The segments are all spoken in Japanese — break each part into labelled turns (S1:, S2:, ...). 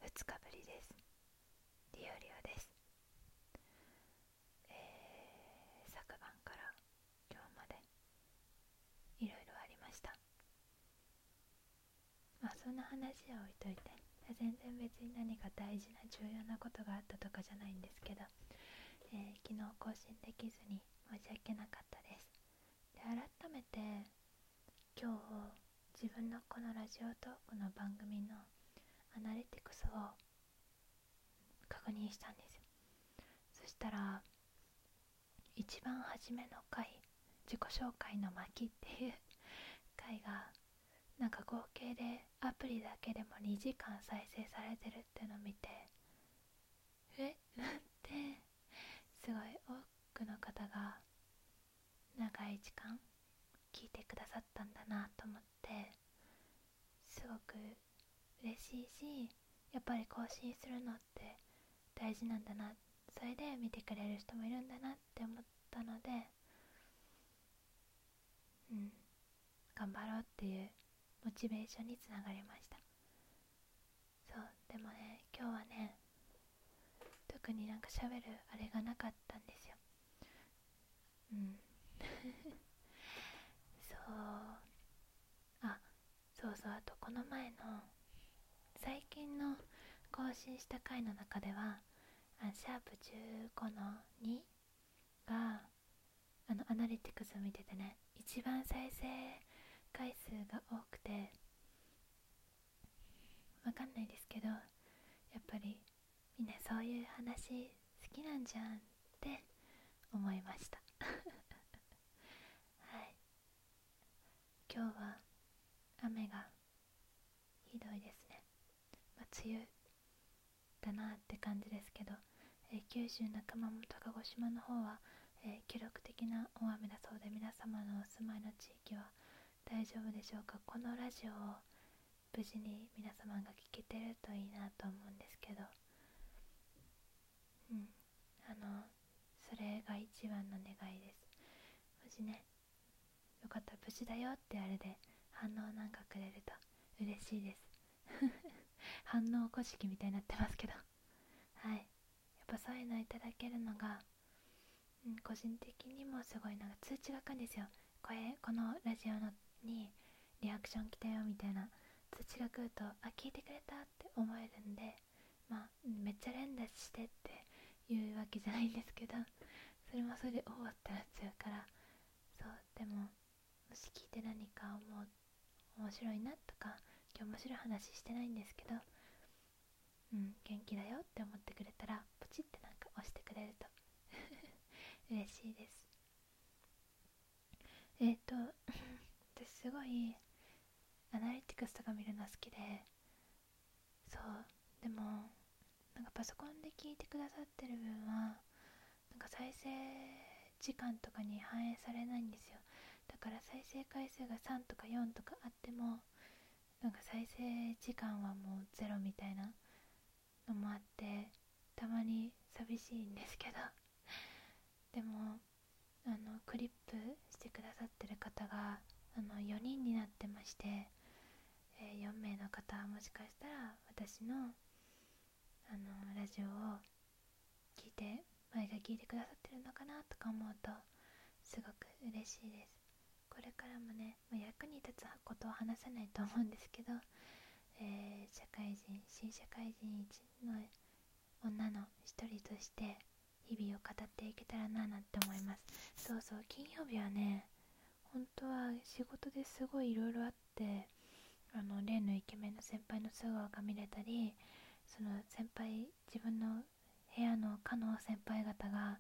S1: 2日ぶりです。リオリオです。昨晩から今日までいろいろありました。そんな話は置いといて、全然別に何か大事な重要なことがあったとかじゃないんですけど、昨日更新できずに申し訳なかったです。で、改めて今日自分のこのラジオトークの番組のアナリティクスを確認したんですよ。そしたら一番初めの回、自己紹介の巻っていう回がなんか合計でアプリだけでも2時間再生されてるってのを見て、ってすごい多くの方が長い時間聞いてくださったんだなと思って、すごく嬉しいし、やっぱり更新するのって大事なんだな、それで見てくれる人もいるんだなって思ったので、頑張ろうっていうモチベーションにつながりました。そうでもね、今日はね、特になんか喋るあれがなかったんですよ。そうそう、あとこの前の最近の更新した回の中ではシャープ15の2がアナリティクスを見ててね、一番再生回数が多くて、わかんないですけど、やっぱりみんなそういう話好きなんじゃんって思いましたはい、今日は雨がひどいですね。梅雨だなって感じですけど、九州の熊本、鹿児島の方は、記録的な大雨だそうで、皆様のお住まいの地域は大丈夫でしょうか。このラジオを無事に皆様が聞けてるといいなと思うんですけど、それが一番の願いです。もしね、よかったら無事だよってあれで反応なんかくれると嬉しいです反応古式みたいになってますけどはい、やっぱそういうのいただけるのが、個人的にもすごいなんか通知が来るんですよ。このラジオのにリアクション来たよみたいな通知が来ると、聞いてくれたって思えるんで、めっちゃ連打してっていうわけじゃないんですけど、それもそれでおおってなっちゃうから、そうでも、もし聞いて何か面白いなとか、今日面白い話してないんですけど、元気だよって思ってくれたらポチってなんか押してくれると嬉しいです。私すごいアナリティクスとか見るの好きで、そうでもなんかパソコンで聞いてくださってる分はなんか再生時間とかに反映されないんですよ。だから再生回数が3とか4とかあっても、なんか再生時間はもうゼロみたいなのもあって、たまに寂しいんですけど、でもクリップしてくださってる方が4人になってまして、4名の方はもしかしたら私のラジオを毎回聞いてくださってるのかなとか思うとすごく嬉しいです。これからもね、役に立つことを話せないと思うんですけど、新社会人一の女の一人として日々を語っていけたらななんて思います。そうそう、金曜日はね、本当は仕事ですごいいろいろあって、例のイケメンの先輩の素顔が見れたり、その自分の部屋の課の先輩方が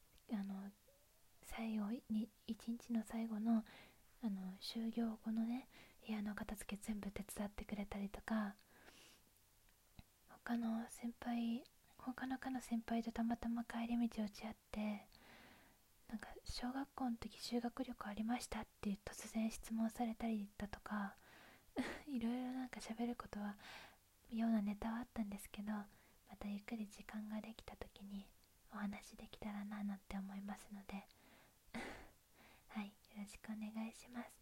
S1: 最後に一日の最後の就業後のね、部屋の片付け全部手伝ってくれたりとか、他の課の先輩とたまたま帰り道を打ち合って、なんか小学校の時修学旅行ありましたって突然質問されたりだとかいろいろなんか喋ることはようなネタはあったんですけど、またゆっくり時間ができた時にお話できたらななんて思いますのではい、よろしくお願いします。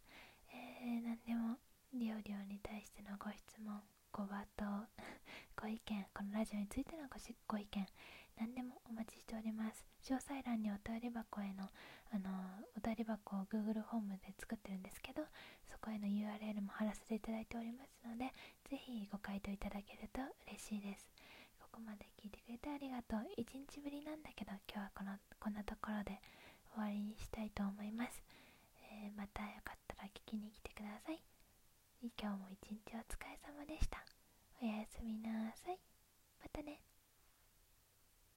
S1: 何でもリオリオに対してのご質問、ご罵倒ご意見、このラジオについてのご意見何でもお待ちしております。詳細欄にお便り箱へのお便り箱を Google ホームで作ってるんですけど、そこへの URL も貼らせていただいておりますので、ぜひご回答いただけると嬉しいです。ここまで聞いてくれてありがとう。1日ぶりなんだけど今日はこんなところで終わりにしたいと思います。またよかったら聞きに来てください。今日も一日お疲れ様でした。おやすみなさい。またね。